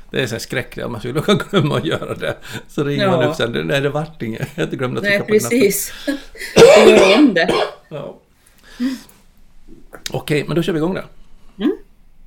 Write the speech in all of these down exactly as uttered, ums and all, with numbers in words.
Det är så här skräckligt att man skulle kunna glömma att göra det. Så ringer ja. man upp sen, nej det vart inget. Jag hade glömt att trycka nej, på precis. Det gör om det. Ja. Okej, men då kör vi igång då. Mm.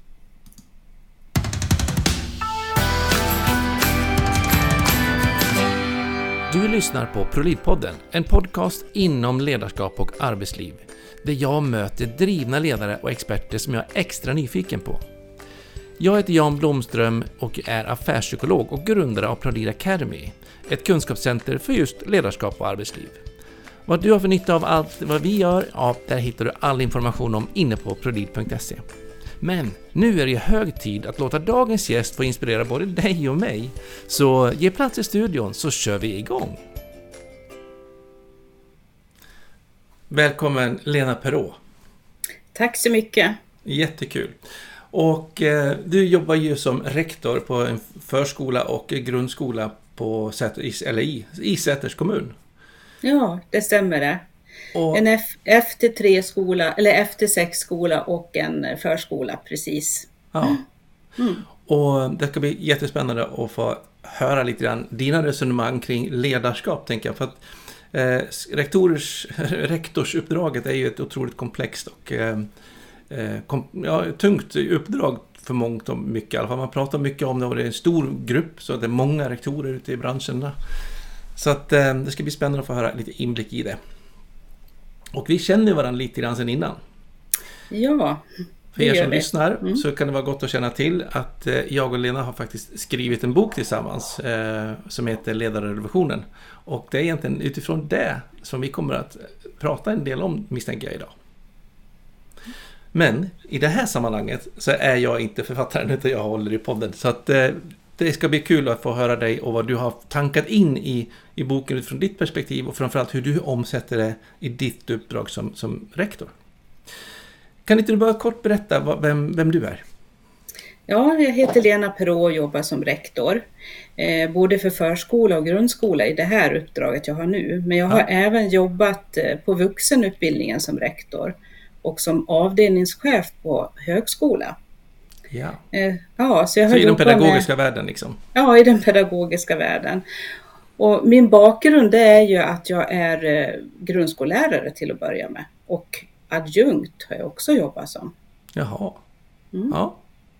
Du lyssnar på ProLead-podden, en podcast inom ledarskap och arbetsliv. Där jag möter drivna ledare och experter som jag är extra nyfiken på. Jag heter Jan Blomström och är affärspsykolog och grundare av ProLead Academy, ett kunskapscenter för just ledarskap och arbetsliv. Vad du har för nytta av allt vad vi gör, ja, där hittar du all information om inne på prolead punkt se. Men nu är det hög tid att låta dagens gäst få inspirera både dig och mig. Så ge plats i studion så kör vi igång. Välkommen Lena Perrault. Tack så mycket. Jättekul. Och eh, du jobbar ju som rektor på en förskola och grundskola på Säter, eller i, i Säters kommun. Ja, det stämmer det. Och, en F, F T tre skola eller F T sex skola och en förskola, precis. Ja. Mm. Och det ska bli jättespännande att få höra lite grann dina resonemang kring ledarskap, tänker jag. För att eh, rektorers, rektorsuppdraget är ju ett otroligt komplext och eh, kom, ja, tungt uppdrag för mångt och mycket. I alla fall man pratar mycket om det och det är en stor grupp, så det är många rektorer ute i branscherna. Så att eh, det ska bli spännande att få höra lite inblick i det. Och vi känner varandra lite grann sedan innan. Ja, för er som vi. lyssnar mm. så kan det vara gott att känna till att eh, jag och Lena har faktiskt skrivit en bok tillsammans eh, som heter Ledarrevolutionen. Och det är egentligen utifrån det som vi kommer att prata en del om, misstänker jag idag. Men i det här sammanhanget så är jag inte författaren utan jag håller i podden. Så att eh, det ska bli kul att få höra dig och vad du har tankat in i, i boken utifrån ditt perspektiv och framförallt hur du omsätter det i ditt uppdrag som, som rektor. Kan inte du bara kort berätta vad, vem, vem du är? Ja, jag heter Lena Perrault och jobbar som rektor. Eh, både för förskola och grundskola i det här uppdraget jag har nu. Men jag har ja. även jobbat på vuxenutbildningen som rektor och som avdelningschef på högskola. Ja, eh, ja så jag har så i den pedagogiska med, världen liksom? Ja, i den pedagogiska världen. Och min bakgrund är ju att jag är eh, grundskollärare till att börja med. Och adjunkt har jag också jobbat som. Jaha, mm. ja.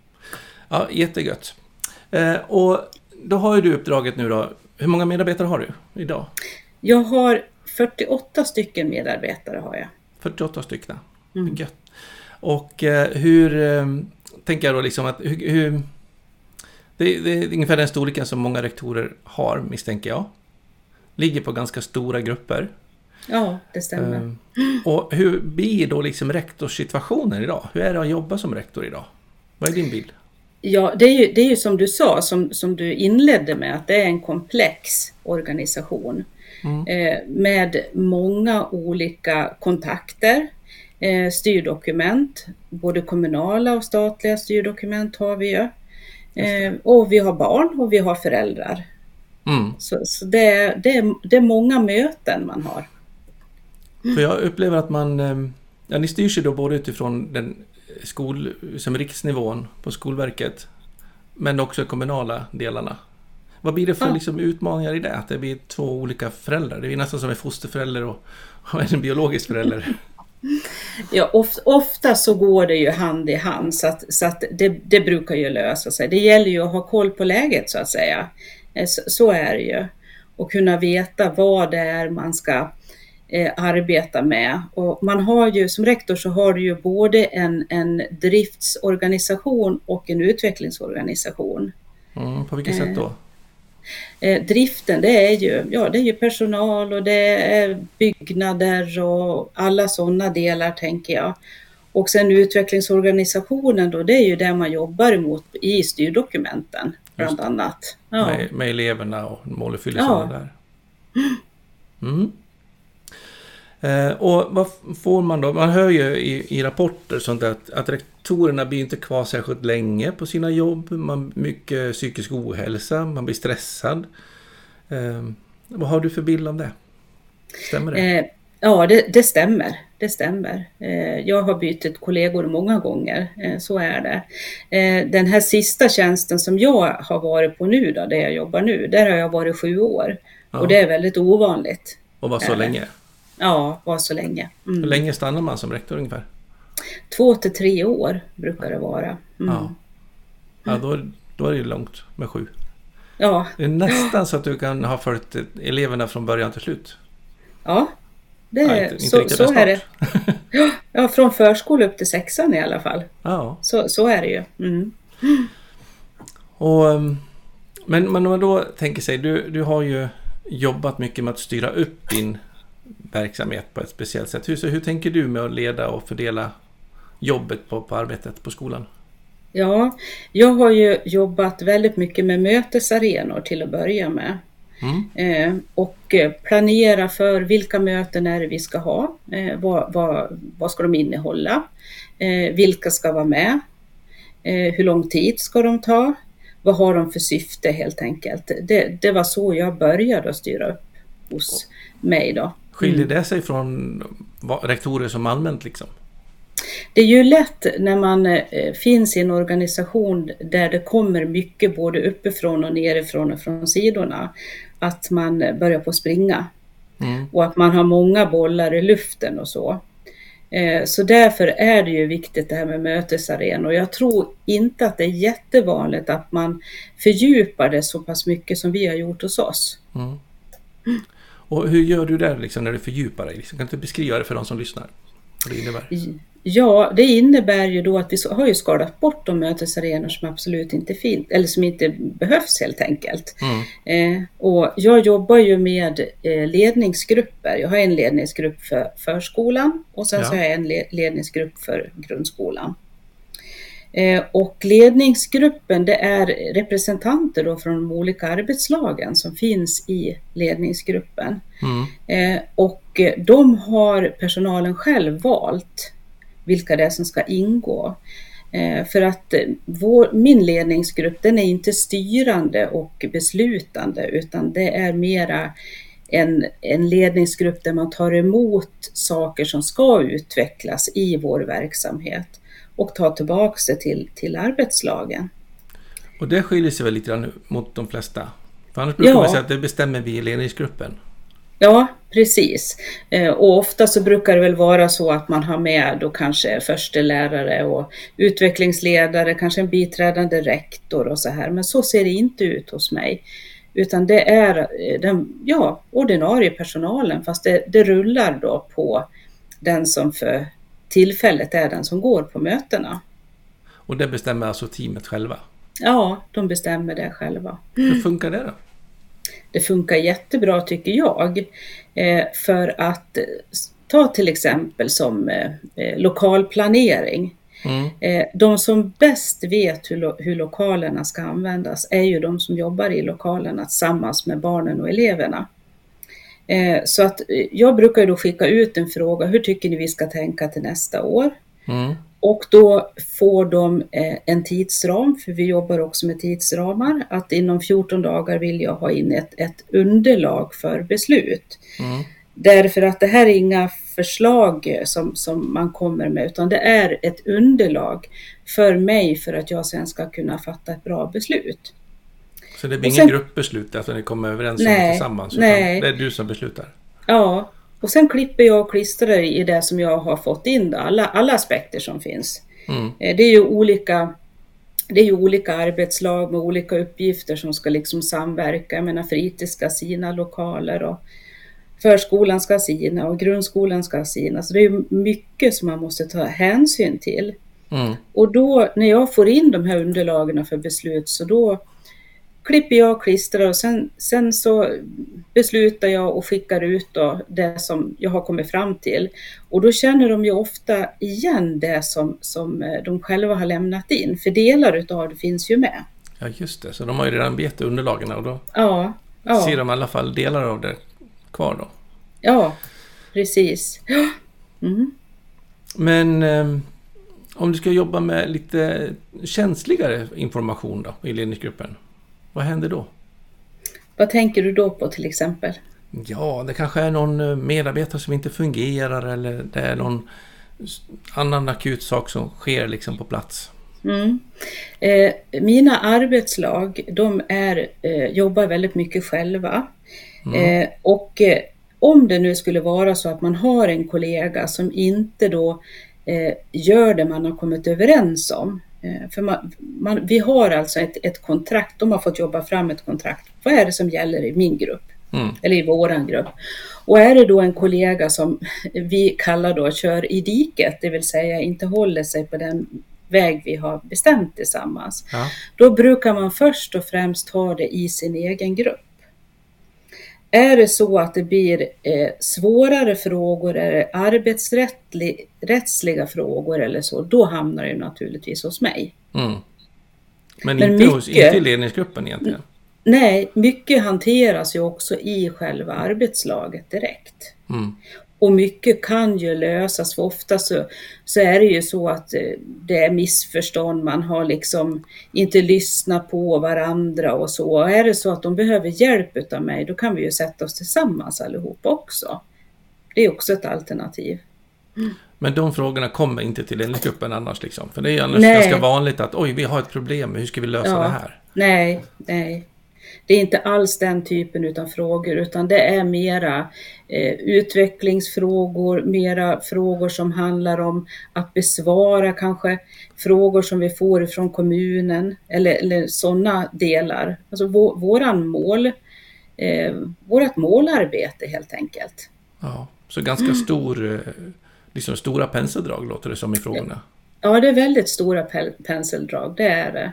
Ja, jättegött. Eh, och då har ju du uppdraget nu då. Hur många medarbetare har du idag? Jag har fyrtioåtta stycken medarbetare har jag. fyrtioåtta stycken, mm. gött. Och eh, hur eh, tänker jag då liksom att hur, hur det, det är ungefär den storleken som många rektorer har, misstänker jag. Ligger på ganska stora grupper. Ja, det stämmer. Eh, och hur blir då liksom rektorssituationen idag? Hur är det att jobba som rektor idag? Vad är din bild? Ja, det är ju, det är ju som du sa, som, som du inledde med, att det är en komplex organisation. Mm. Eh, med många olika kontakter, eh, styrdokument, både kommunala och statliga styrdokument har vi ju. Eh, och vi har barn och vi har föräldrar. Mm. Så, så det, är, det, är, det är många möten man har. Mm. För jag upplever att man, ja, ni styrs ju då både utifrån den skol, som riksnivån på Skolverket, men också kommunala delarna. Vad blir det för ja. liksom, utmaningar i det? Att det blir två olika föräldrar. Det är nästan som en fosterförälder och, och en biologisk förälder. Ja, of, ofta så går det ju hand i hand, så att, så att det, det brukar ju lösa sig. Det gäller ju att ha koll på läget, så att säga. Så, så är det ju. Och kunna veta vad det är man ska eh, arbeta med. Och man har ju, som rektor så har du ju både en, en driftsorganisation och en utvecklingsorganisation. Mm, på vilket eh. sätt då? Eh, driften, det är ju, ja, det är ju personal och det är byggnader och alla sådana delar, tänker jag. Och sen utvecklingsorganisationen då, det är ju det man jobbar emot i styrdokumenten bland annat. Ja. Med, med eleverna och måluppfyllelsen ja. där. Mm. Eh, och vad får man då? Man hör ju i, i rapporter sånt att, att rektorerna blir inte kvar särskilt länge på sina jobb. Man mycket psykisk ohälsa, man blir stressad. Eh, vad har du för bild om det? Stämmer det? Eh, Ja, det, det stämmer. Det stämmer. Jag har bytt kollegor många gånger, så är det. Den här sista tjänsten som jag har varit på nu då, där jag jobbar nu, där har jag varit sju år. Ja. Och det är väldigt ovanligt. Och var så länge? Ja, var så länge. Mm. Hur länge stannar man som rektor ungefär? Två till tre år brukar det vara. Mm. Ja, ja då, då är det långt med sju. Ja. Det är nästan så att du kan ha följt eleverna från början till slut. Ja, det, ja, inte, inte så, så är det. Ja, från förskola upp till sexan i alla fall. Ja. Så, så är det ju. Mm. Och, men, men om man då tänker sig, du, du har ju jobbat mycket med att styra upp din verksamhet på ett speciellt sätt. Hur, så hur tänker du med att leda och fördela jobbet på, på arbetet på skolan? Ja, jag har ju jobbat väldigt mycket med mötesarenor till att börja med. Mm. Eh, och planera för vilka möten är det vi ska ha, eh, vad, vad, vad ska de innehålla, eh, vilka ska vara med, eh, hur lång tid ska de ta, vad har de för syfte helt enkelt. Det, det var så jag började att styra upp hos mig då. Skiljer det sig från rektorer som allmänt liksom? Det är ju lätt när man eh, finns i en organisation där det kommer mycket både uppifrån och nerifrån och från sidorna, att man börjar på springa. Mm. Och att man har många bollar i luften och så. Eh, så därför är det ju viktigt det här med mötesarenor. Och jag tror inte att det är jättevanligt att man fördjupar det så pass mycket som vi har gjort hos oss. Mm. Mm. Och hur gör du där liksom, när du fördjupar dig? Kan du beskriva det för de som lyssnar? Vad det innebär? Ja, det innebär ju då att vi har ju skalat bort de mötesarenor som absolut inte finns, eller som inte behövs helt enkelt. Mm. Eh, och jag jobbar ju med eh, ledningsgrupper. Jag har en ledningsgrupp för förskolan och sen ja. så har jag en le- ledningsgrupp för grundskolan. Eh, och ledningsgruppen, det är representanter då från de olika arbetslagen som finns i ledningsgruppen. Mm. Eh, och de har personalen själv valt vilka det är som ska ingå. Eh, för att vår, min ledningsgrupp, den är inte styrande och beslutande, utan det är mera en, en ledningsgrupp där man tar emot saker som ska utvecklas i vår verksamhet och tar tillbaka det till, till arbetslagen. Och det skiljer sig väl lite grann mot de flesta? För annars brukar ja. man säga att det bestämmer vi i ledningsgruppen. Ja, precis. Och ofta så brukar det väl vara så att man har med då kanske förstelärare och utvecklingsledare, kanske en biträdande rektor och så här. Men så ser det inte ut hos mig. Utan det är den ja, ordinarie personalen, fast det, det rullar då på den som för tillfället är den som går på mötena. Och det bestämmer alltså teamet själva? Ja, de bestämmer det själva. Hur funkar det då? Det funkar jättebra tycker jag, eh, för att ta till exempel som eh, lokalplanering. Mm. Eh, de som bäst vet hur, lo- hur lokalerna ska användas är ju de som jobbar i lokalerna tillsammans med barnen och eleverna. Eh, så att eh, jag brukar ju då skicka ut en fråga, hur tycker ni vi ska tänka till nästa år? Mm. Och då får de eh, en tidsram, för vi jobbar också med tidsramar, att inom fjorton dagar vill jag ha in ett, ett underlag för beslut. Mm. Därför att det här är inga förslag som, som man kommer med, utan det är ett underlag för mig för att jag sen ska kunna fatta ett bra beslut. Så det blir ingen gruppbeslut, alltså ni kommer överens nej, om tillsammans, utan nej. det är du som beslutar? Ja. Och sen klipper jag och klistrar i det som jag har fått in, alla, alla aspekter som finns. Mm. Det är ju olika, det är ju olika arbetslag med olika uppgifter som ska liksom samverka. Jag menar, fritids ska ha sina lokaler och förskolan ska ha sina och grundskolan ska ha sina. Så det är ju mycket som man måste ta hänsyn till. Mm. Och då när jag får in de här underlagen för beslut, så då klipper jag och klistrar och sen, sen så beslutar jag och skickar ut då det som jag har kommit fram till. Och då känner de ju ofta igen det som, som de själva har lämnat in. För delar utav det finns ju med. Ja just det, så de har ju redan bett underlagen och då ja, ja. ser de i alla fall delar av det kvar då. Ja, precis. Mm. Men eh, om du ska jobba med lite känsligare information då i ledningsgruppen, vad händer då? Vad tänker du då på till exempel? Ja, det kanske är någon medarbetare som inte fungerar eller det är någon annan akut sak som sker liksom på plats. Mm. Eh, mina arbetslag, de är, eh, jobbar väldigt mycket själva. Mm. Eh, och eh, om det nu skulle vara så att man har en kollega som inte då eh, gör det man har kommit överens om. Eh, för man, man, vi har alltså ett, ett kontrakt, de har fått jobba fram ett kontrakt. Vad är det som gäller i min grupp? Mm. Eller i våran grupp. Och är det då en kollega som vi kallar då kör i diket, det vill säga inte håller sig på den väg vi har bestämt tillsammans. Ja. Då brukar man först och främst ha det i sin egen grupp. Är det så att det blir eh, svårare frågor eller arbetsrättsliga frågor eller så, då hamnar det naturligtvis hos mig. Mm. Men, Men inte, mycket, hos, inte i ledningsgruppen egentligen? Nej, mycket hanteras ju också i själva arbetslaget direkt. Mm. Och mycket kan ju lösas, för ofta så, så är det ju så att det är missförstånd, man har liksom inte lyssnat på varandra och så. Och är det så att de behöver hjälp av mig, då kan vi ju sätta oss tillsammans allihopa också. Det är också ett alternativ. Mm. Men de frågorna kommer inte till ledningsgruppen annars liksom? För det är ju annars nej. ganska vanligt att oj, vi har ett problem, hur ska vi lösa ja. det här? Nej, nej. Det är inte alls den typen av frågor, utan det är mera eh, utvecklingsfrågor, mera frågor som handlar om att besvara kanske frågor som vi får från kommunen eller, eller sådana delar. Alltså vår, våran mål, eh, vårat målarbete helt enkelt. Ja, så ganska mm. stor, liksom stora penseldrag låter det som i frågorna. Ja, det är väldigt stora penseldrag, det är det.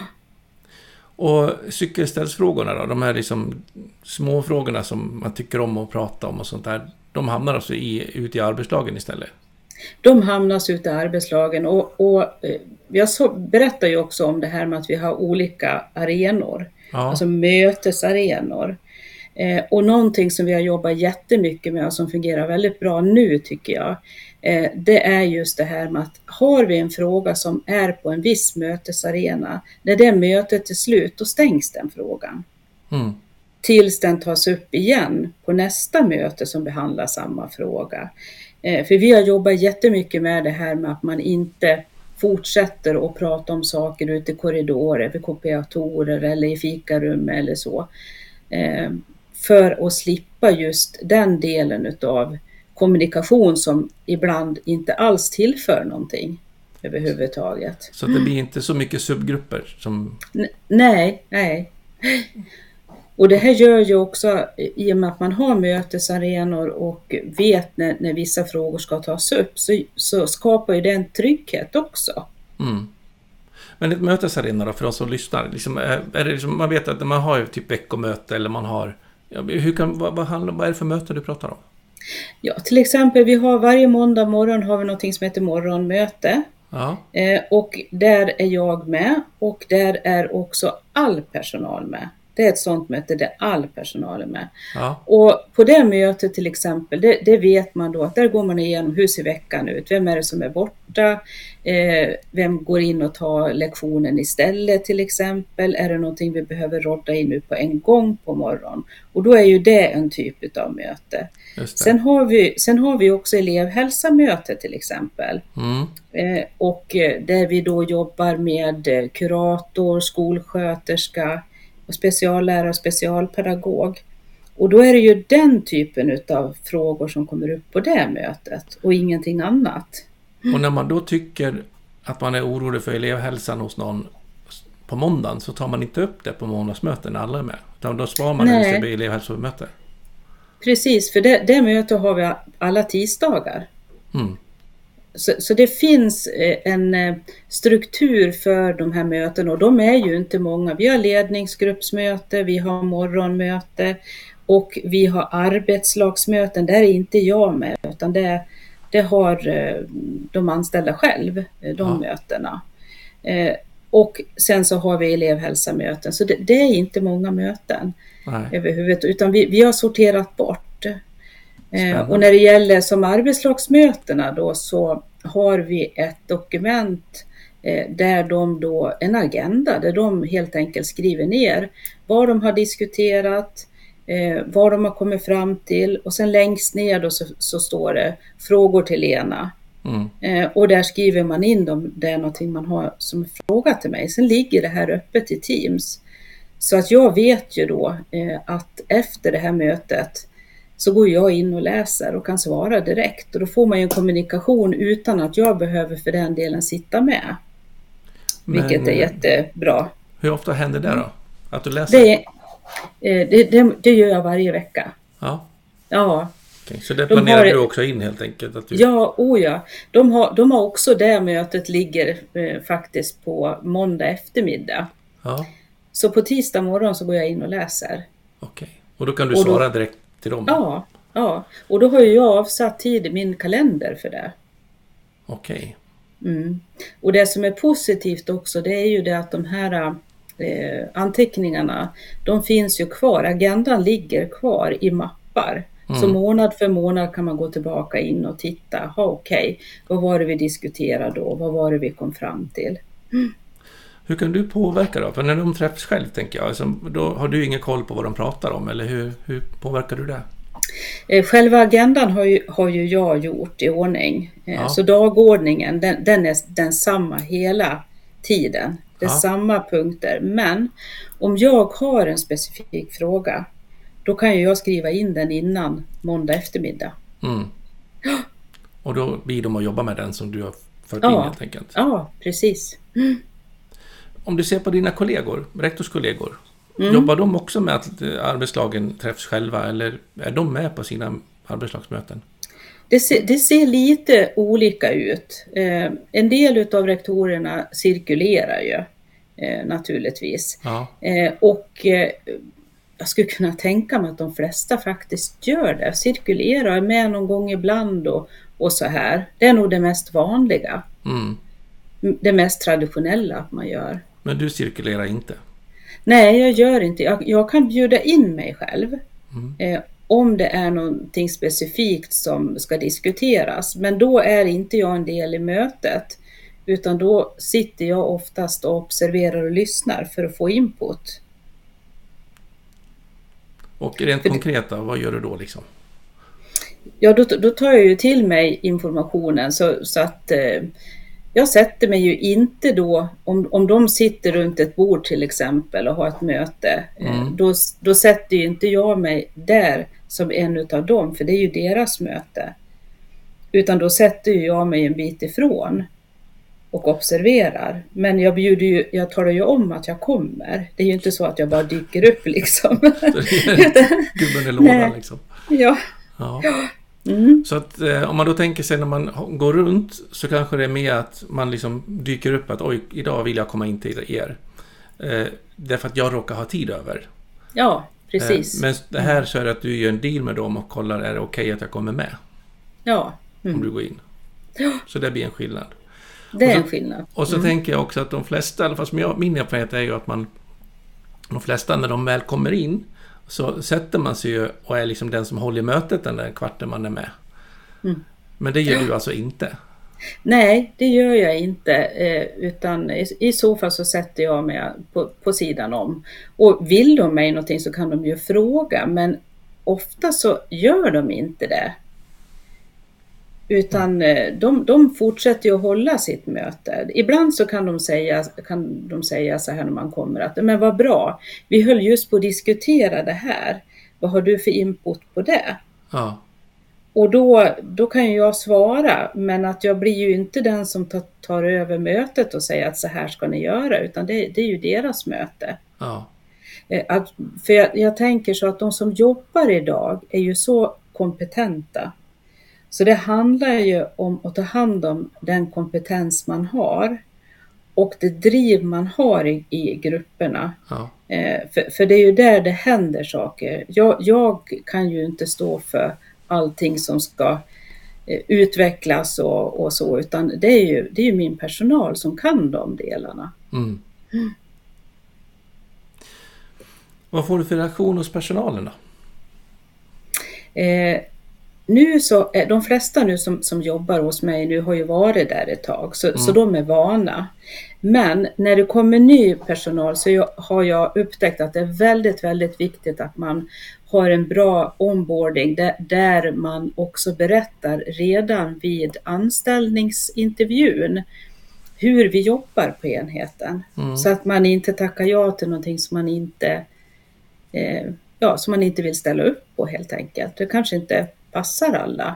Och cykelställsfrågorna då, de här liksom små frågorna som man tycker om att prata om och sånt där, de hamnar alltså i, ute i arbetslagen istället? De hamnas ute i arbetslagen och, och jag så, berättar ju också om det här med att vi har olika arenor, ja. alltså mötesarenor. Eh, och någonting som vi har jobbat jättemycket med och som fungerar väldigt bra nu tycker jag, eh, det är just det här med att har vi en fråga som är på en viss mötesarena, när det mötet är slut, då stängs den frågan. Mm. Tills den tas upp igen på nästa möte som behandlar samma fråga. Eh, för vi har jobbat jättemycket med det här med att man inte fortsätter att prata om saker ute i korridorer, vid kopiatorer eller i fikarum eller så. Eh, för att slippa just den delen av kommunikation som ibland inte alls tillför någonting överhuvudtaget. Så det blir inte så mycket subgrupper som... N- nej, nej. Och det här gör ju också, i och med att man har mötesarenor och vet när, när vissa frågor ska tas upp, så, så skapar ju det en trygghet också. Mm. Men ett mötesarena då, för de som lyssnar, liksom, är, är det liksom, man vet att man har ju typ veckomöte eller man har... Ja, hur kan, vad, vad, handlar, vad är det för möte du pratar om? Ja, till exempel vi har varje måndag morgon har vi något som heter morgonmöte. Ja. Eh, och där är jag med och där är också all personal med. Det är ett sånt möte där all personal är med. Ja. Och på det mötet till exempel, det, det vet man då att där går man igenom hur ser veckan ut. Vem är det som är borta? Eh, vem går in och tar lektionen istället till exempel? Är det någonting vi behöver rodda in nu på en gång på morgon? Och då är ju det en typ av möte. Sen har, vi, sen har vi också elevhälsamöte till exempel. Mm. Eh, och där vi då jobbar med kurator, skolsköterska, och speciallärare och specialpedagog. Och då är det ju den typen av frågor som kommer upp på det mötet och ingenting annat. Och när man då tycker att man är orolig för elevhälsan hos någon på måndagen, så tar man inte upp det på måndagsmöten när alla är med. Utan då sparar man det vid elevhälsomöte. Precis, för det, det mötet har vi alla tisdagar. Mm. Så, så det finns en struktur för de här mötena och de är ju inte många. Vi har ledningsgruppsmöte, vi har morgonmöte och vi har arbetslagsmöten. Där är inte jag med utan det, det har de anställda själv, de ja. mötena. Och sen så har vi elevhälsamöten. Så det, det är inte många möten överhuvudtaget utan vi, vi har sorterat bort. Spännande. Och när det gäller som arbetslagsmötena då så har vi ett dokument eh, där de då, en agenda där de helt enkelt skriver ner vad de har diskuterat, eh, vad de har kommit fram till, och sen längst ner då så, så står det frågor till Lena. Mm. Eh, och där skriver man in om det är någonting man har som fråga till mig. Sen ligger det här öppet i Teams. Så att jag vet ju då eh, att efter det här mötet så går jag in och läser och kan svara direkt. Och då får man ju en kommunikation utan att jag behöver för den delen sitta med. Men, vilket är jättebra. Hur ofta händer det då? Att du läser? Det, eh, det, det, det gör jag varje vecka. Ja. Ja. Okay, så det planerar de har, du också in helt enkelt? Att du... Ja, oh ja. De har, de har också det mötet ligger eh, faktiskt på måndag eftermiddag. Ja. Så på tisdag morgon så går jag in och läser. Okej, okay. Och då kan du och svara då, direkt till dem? Ja, ja. Och då har ju jag avsatt tid i min kalender för det. Okej. Okay. Mm. Och det som är positivt också, det är ju det att de här eh, anteckningarna, de finns ju kvar. Agendan ligger kvar i mappar. Mm. Så månad för månad kan man gå tillbaka in och titta. Ha, okej, okay. Vad var det vi diskuterade då? Vad var det vi kom fram till? Mm. Hur kan du påverka då? För när de träffas själv, tänker jag, alltså, då har du ingen koll på vad de pratar om, eller hur, hur påverkar du det? Själva agendan har ju, har ju jag gjort i ordning. Ja. Så dagordningen, den, den är densamma hela tiden. Det är ja. samma punkter. Men om jag har en specifik fråga, då kan ju jag skriva in den innan måndag eftermiddag. Mm. Ja. Och då blir de att jobba med den som du har fört ja. in helt enkelt. Ja, precis. Mm. Om du ser på dina kollegor, rektorskollegor, mm. jobbar de också med att arbetslagen träffs själva, eller är de med på sina arbetslagsmöten? Det ser, det ser lite olika ut. Eh, en del av rektorerna cirkulerar ju eh, naturligtvis. Ja. Eh, och eh, jag skulle kunna tänka mig att de flesta faktiskt gör det. Cirkulerar med någon gång ibland och, och så här. Det är nog det mest vanliga. Mm. Det mest traditionella att man gör. Men du cirkulerar inte? Nej, jag gör inte. Jag, jag kan bjuda in mig själv. Mm. Eh, om det är någonting specifikt som ska diskuteras. Men då är inte jag en del i mötet. Utan då sitter jag oftast och observerar och lyssnar för att få input. Och rent för konkret då, vad gör du då liksom? Ja, då, då tar jag ju till mig informationen så, så att... Eh, Jag sätter mig ju inte då, om, om de sitter runt ett bord till exempel och har ett möte, mm. då, då sätter ju inte jag mig där som en utav dem, för det är ju deras möte. Utan då sätter ju jag mig en bit ifrån och observerar. Men jag bjuder ju, jag talar ju om att jag kommer. Det är ju inte så att jag bara dyker upp liksom. Gubben i lådan liksom. Ja. Ja. Mm. Så att eh, om man då tänker sig när man går runt, så kanske det är mer att man liksom dyker upp att oj, idag vill jag komma in till er. Eh, därför att jag råkar ha tid över. Ja, precis. Eh, men det här så är det att du gör en deal med dem och kollar, är det okej att jag kommer med? Ja. Mm. Om du går in. Ja. Så det blir en skillnad. Det är så, en skillnad. Och så mm. tänker jag också att de flesta, i alla fall som jag, min erfarenhet är ju att man, de flesta när de väl kommer in, så sätter man sig ju och är liksom den som håller mötet den där kvarten man är med. Mm. Men det gör du alltså inte? Nej, det gör jag inte. Eh, utan i, i så fall så sätter jag mig på, på sidan om. Och vill de mig någonting så kan de ju fråga. Men ofta så gör de inte det. Utan mm. de, de fortsätter ju att hålla sitt möte. Ibland så kan de säga, kan de säga så här när man kommer att men vad bra, vi höll just på att diskutera det här. Vad har du för input på det? Ja. Och då, då kan ju jag svara, men att jag blir ju inte den som tar, tar över mötet och säger att så här ska ni göra, utan det, det är ju deras möte. Ja. Att, för jag, jag tänker så att de som jobbar idag är ju så kompetenta. Så det handlar ju om att ta hand om den kompetens man har och det driv man har i, i grupperna. Ja. Eh, för, för det är ju där det händer saker. Jag, jag kan ju inte stå för allting som ska eh, utvecklas och, och så, utan det är, ju, det är ju min personal som kan de delarna. Mm. Mm. Vad får du för reaktion hos personalen då? Eh, nu så är de flesta nu som, som jobbar hos mig nu har ju varit där ett tag, så, mm. så de är vana. Men när det kommer ny personal så jag, har jag upptäckt att det är väldigt, väldigt viktigt att man har en bra onboarding där, där man också berättar redan vid anställningsintervjun hur vi jobbar på enheten. Mm. Så att man inte tackar ja till någonting som man inte, eh, ja, som man inte vill ställa upp på helt enkelt. Det kanske inte passar alla.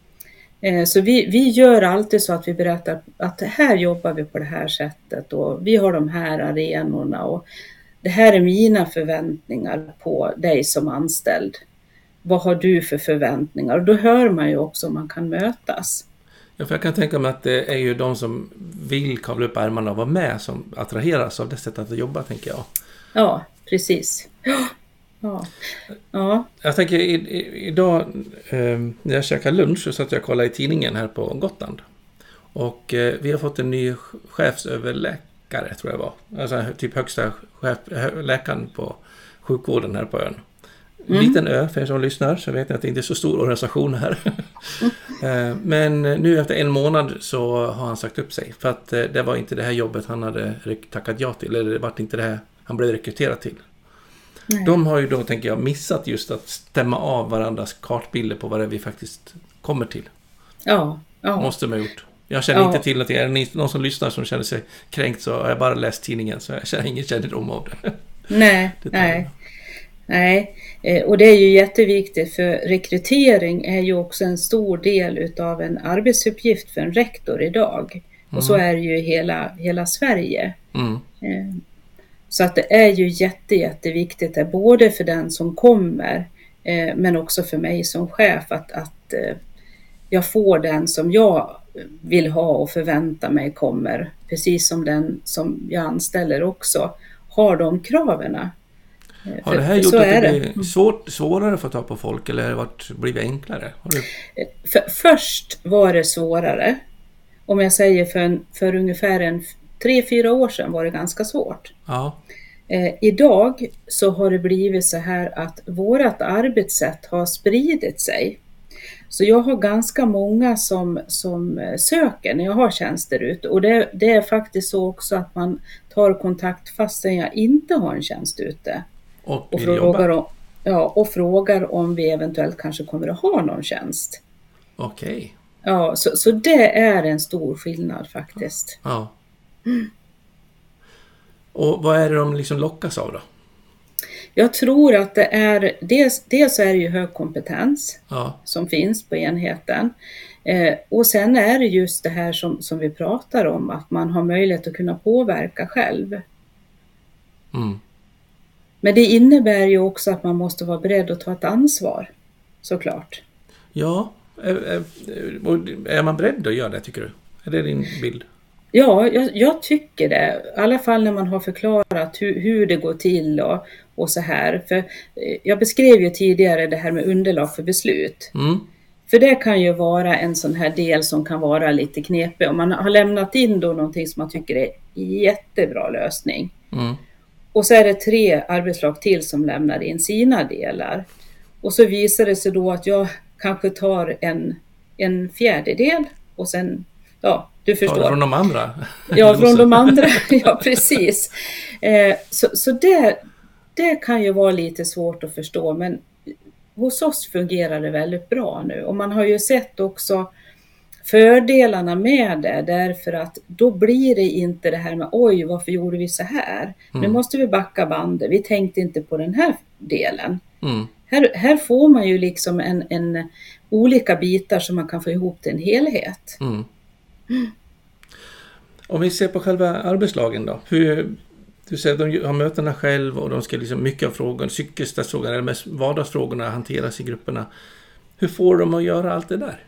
Eh, så vi, vi gör alltid så att vi berättar att här jobbar vi på det här sättet och vi har de här arenorna och det här är mina förväntningar på dig som anställd. Vad har du för förväntningar? Och då hör man ju också om man kan mötas. Ja, för jag kan tänka mig att det är ju de som vill kavla upp ärmarna och vara med som attraheras av det sättet att jobba, tänker jag. Ja, precis. Ja. Ja. Jag tänker i, i, idag eh, när jag käkar lunch så satt jag och kollade i tidningen här på Gotland. Och eh, vi har fått en ny chefsöverläkare, tror jag var. Alltså typ högsta chef, läkaren på sjukvården här på ön. En mm. liten ö för er som lyssnar, så vet jag att det inte är så stor organisation här. Mm. Men nu efter en månad så har han sagt upp sig. För att det var inte det här jobbet han hade tackat ja till. Eller det var inte det här han blev rekryterad till. Nej. De har ju då, tänker jag, missat just att stämma av varandras kartbilder på vad det är vi faktiskt kommer till. Ja, ja. Måste man ha gjort. Jag känner ja. inte till att det är någon som lyssnar som känner sig kränkt, så har jag bara läst tidningen, så jag känner ingen kännedom av det. Nej, det nej. Nej, och det är ju jätteviktigt, för rekrytering är ju också en stor del utav en arbetsuppgift för en rektor idag. Mm. Och så är det ju i hela, hela Sverige. Mm. Så att det är ju jätte, jätteviktigt, både för den som kommer men också för mig som chef, att, att jag får den som jag vill ha och förvänta mig kommer, precis som den som jag anställer också har de kraven. Har det här gjort att det blir svårt, svårare för att ta på folk, eller har det varit, blivit enklare? Har du... för, först var det svårare. Om jag säger för, en, för ungefär en tre, fyra år sedan var det ganska svårt. Ja. Eh, idag så har det blivit så här att vårat arbetssätt har spridit sig. Så jag har ganska många som, som söker när jag har tjänster ute. Och det, det är faktiskt så också att man tar kontakt fastän jag inte har en tjänst ute. Och, och, frågar om, ja, och frågar om vi eventuellt kanske kommer att ha någon tjänst. Okej. Okay. Ja, så, så det är en stor skillnad faktiskt. Ja. Mm. Och vad är det de liksom lockas av då? Jag tror att det är, dels, dels är det ju hög kompetens ja. som finns på enheten. Eh, och sen är det just det här som, som vi pratar om, att man har möjlighet att kunna påverka själv. Mm. Men det innebär ju också att man måste vara beredd att ta ett ansvar, såklart. Ja, är, är, är man beredd att göra det, tycker du? Är det din bild? Ja, jag, jag tycker det. I alla fall när man har förklarat hur, hur det går till och, och så här. För jag beskrev ju tidigare det här med underlag för beslut. Mm. För det kan ju vara en sån här del som kan vara lite knepig. Om man har lämnat in då någonting som man tycker är jättebra lösning. Mm. Och så är det tre arbetslag till som lämnar in sina delar. Och så visar det sig då att jag kanske tar en, en fjärdedel och sen, ja, du förstår. Ja, från de andra. Ja, från de andra, ja precis. Eh, så så det, det kan ju vara lite svårt att förstå, men hos oss fungerar det väldigt bra nu. Och man har ju sett också fördelarna med det, därför att då blir det inte det här med oj, varför gjorde vi så här? Mm. Nu måste vi backa bandet, vi tänkte inte på den här delen. Mm. Här, här får man ju liksom en, en olika bitar som man kan få ihop till en helhet. Mm. Mm. Om vi ser på själva arbetslagen då, hur, du säger att de har mötena själv och de ska liksom mycket av frågorna, cykelstadsfrågorna eller mest vardagsfrågorna hanteras i grupperna. Hur får de att göra allt det där?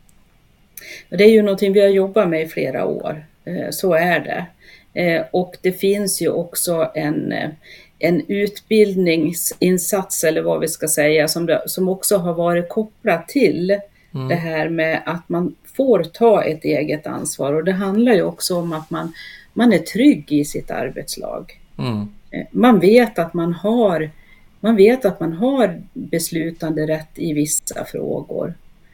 Det är ju någonting vi har jobbat med i flera år, så är det. Och det finns ju också en, en utbildningsinsats, eller vad vi ska säga, som, det, som också har varit kopplat till mm. det här med att man får ta ett eget ansvar. Och det handlar ju också om att man, man är trygg i sitt arbetslag. Mm. Man vet att man har, man vet att man har beslutande rätt i vissa frågor.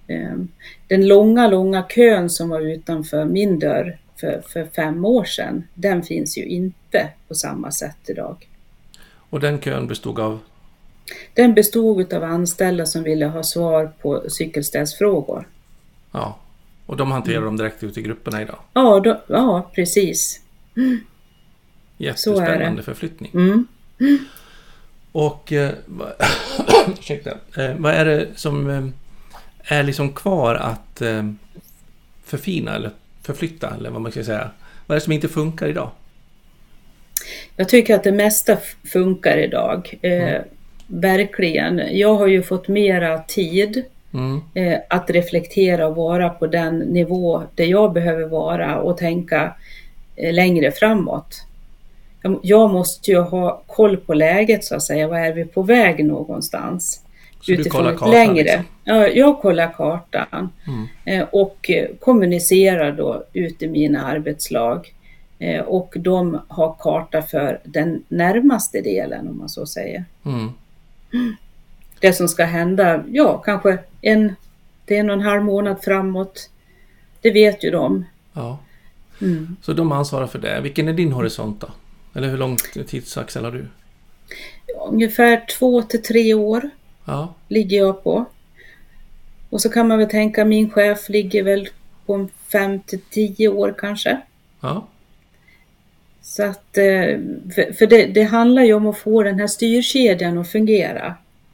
Den långa, långa kön som var utanför min dörr för, för fem år sedan, den finns ju inte på samma sätt idag. Och den kön bestod av? Den bestod av anställda som ville ha svar på cykelställsfrågor. Ja, och de hanterar dem direkt ut i grupperna idag? Ja, då, ja precis. Mm. Jättespännande förflyttning. Mm. Mm. Och eh, ursäkta, eh, vad är det som eh, är liksom kvar att eh, förfina eller förflytta, eller vad man ska säga? Vad är det som inte funkar idag? Jag tycker att det mesta funkar idag. Eh, mm. Verkligen. Jag har ju fått mera tid mm. eh, att reflektera och vara på den nivå där jag behöver vara och tänka eh, längre framåt. Jag, jag måste ju ha koll på läget så att säga. Vad är vi på väg någonstans? Så utifrån du kollar ett kartan, längre. Liksom. Ja, jag kollar kartan mm. eh, och kommunicerar då ut i mina arbetslag. Eh, och de har karta för den närmaste delen, om man så säger. Mm. Det som ska hända, ja, kanske en, det är en och en halv månad framåt. Det vet ju de. Ja. Mm. Så de ansvarar för det. Vilken är din horisont då? Eller hur lång tidsaxel har du? Ungefär två till tre år ja. ligger jag på. Och så kan man väl tänka, min chef ligger väl på fem till tio år kanske. Ja. Så att, för det, det handlar ju om att få den här styrkedjan att fungera.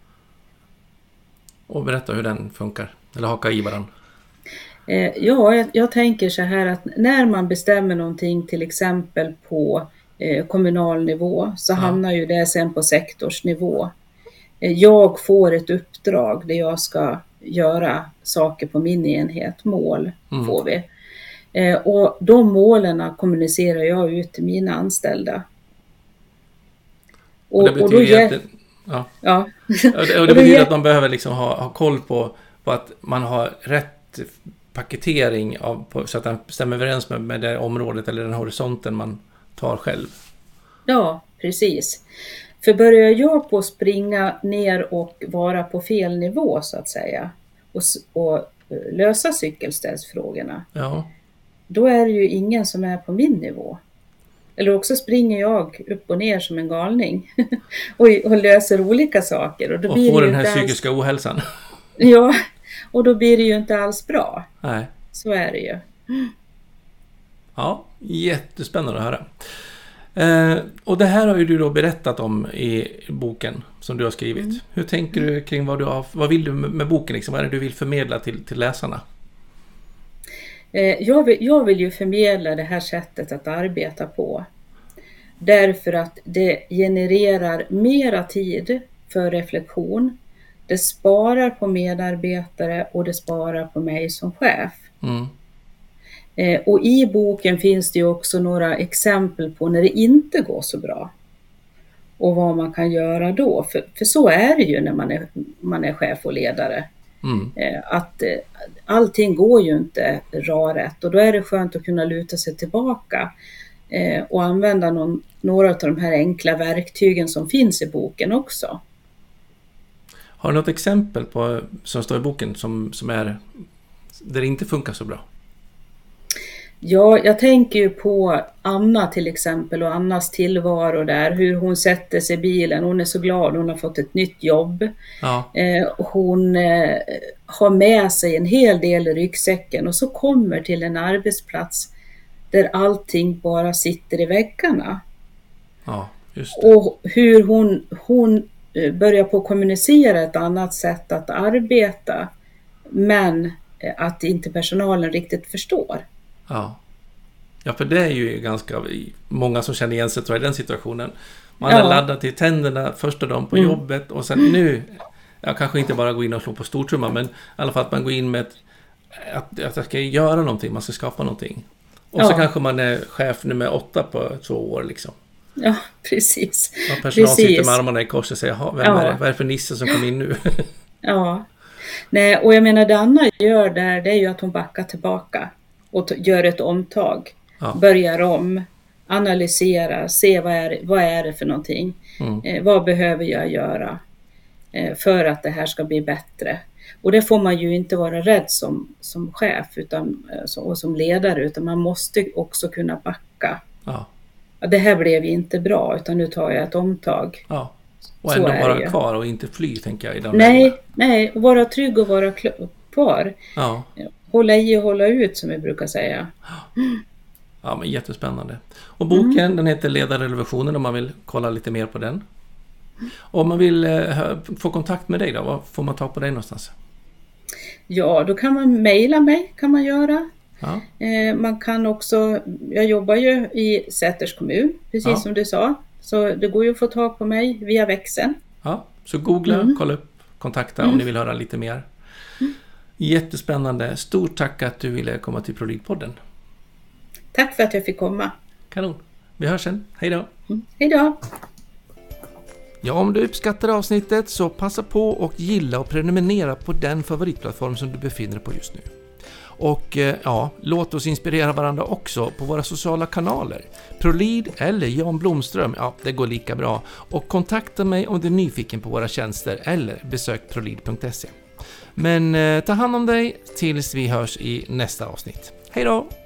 Och berätta hur den funkar, eller haka i varandra. Ja, jag, jag tänker så här att när man bestämmer någonting till exempel på eh, kommunal nivå så ja. hamnar ju det sen på sektorsnivå. Eh, jag får ett uppdrag där jag ska göra saker på min enhet, mål mm. får vi. Eh, och de målen kommunicerar jag ut till mina anställda. Och, och det betyder, och då ge... att, det, ja. Ja. och det, och det betyder att man behöver liksom ha, ha koll på, på att man har rätt paketering av, på, så att den stämmer överens med, med det området eller den horisonten man tar själv. Ja, precis. För börjar jag på att springa ner och vara på fel nivå så att säga och, och lösa cykelställsfrågorna, ja. då är det ju ingen som är på min nivå. Eller också springer jag upp och ner som en galning och, och löser olika saker. Och, då och blir får det den här alls... psykiska ohälsan. Ja, och då blir det ju inte alls bra. Nej. Så är det ju. Ja, jättespännande att höra. Eh, och det här har ju du då berättat om i boken som du har skrivit. Mm. Hur tänker du kring vad du har, vad vill du med, med boken liksom? Vad är det du vill förmedla till, till läsarna? Eh, jag, vill, jag vill ju förmedla det här sättet att arbeta på. Därför att det genererar mera tid för reflektion. Det sparar på medarbetare och det sparar på mig som chef. Mm. Eh, och i boken finns det ju också några exempel på när det inte går så bra. Och vad man kan göra då. För, för så är det ju när man är, man är chef och ledare. Mm. Eh, att eh, allting går ju inte rätt. Och då är det skönt att kunna luta sig tillbaka. Eh, och använda någon, några av de här enkla verktygen som finns i boken också. Har du något exempel på, som står i boken som, som är där det inte funkar så bra? Ja, jag tänker ju på Anna till exempel och Annas tillvaro där. Hur hon sätter sig i bilen. Hon är så glad, hon har fått ett nytt jobb. Ja. Eh, hon eh, har med sig en hel del i ryggsäcken och så kommer till en arbetsplats där allting bara sitter i väggarna. Ja, just det. Och hur hon, hon börjar på att kommunicera ett annat sätt att arbeta. Men att inte personalen riktigt förstår. Ja. Ja, för det är ju ganska många som känner igen sig tror jag, i den situationen. Man ja. är laddad till tänderna första dagen på mm. jobbet och sen nu, jag kanske inte bara går in och slår på stortrumman, men i alla fall att man går in med ett, att, att jag ska göra någonting, man ska skapa någonting. Och ja. så kanske man är chef nummer åtta på två år liksom. Ja, precis. Och personal precis. sitter med armarna i kors och säger, vem ja. är det? Vad är det för nisse som kom in nu? Ja. Nej, och jag menar det Anna gör där, det är ju att hon backar tillbaka och t- gör ett omtag. Ja. Börjar om, analysera, se vad är, vad är det för någonting. Mm. Eh, vad behöver jag göra eh, för att det här ska bli bättre. Och det får man ju inte vara rädd som, som chef utan, och som ledare, utan man måste också kunna backa. Ja. Det här blev ju inte bra, utan nu tar jag ett omtag. Ja. Och ändå vara kvar och inte fly, tänker jag. I de nej, lägena. nej, och vara trygg och vara kvar. Ja. Hålla i och hålla ut, som vi brukar säga. Ja, men jättespännande. Och boken, mm. den heter Ledarrevolutionen, om man vill kolla lite mer på den. Och om man vill eh, få kontakt med dig då, vad får man ta på dig någonstans? Ja, då kan man mejla mig, kan man göra. Ja. Eh, man kan också, jag jobbar ju i Säters kommun, precis ja. som du sa. Så det går ju att få tag på mig via växeln. Ja, så googla, mm. kolla upp, kontakta mm. om ni vill höra lite mer. Mm. Jättespännande. Stort tack att du ville komma till ProLead-podden. Tack för att jag fick komma. Kanon. Vi hörs sen. Hej då. Mm. Hej då. Ja, om du uppskattar avsnittet så passa på och gilla och prenumerera på den favoritplattform som du befinner dig på just nu. Och ja, låt oss inspirera varandra också på våra sociala kanaler. ProLead eller Jan Blomström, ja det går lika bra. Och kontakta mig om du är nyfiken på våra tjänster eller besök prolead punkt se. Men eh, ta hand om dig tills vi hörs i nästa avsnitt. Hej då!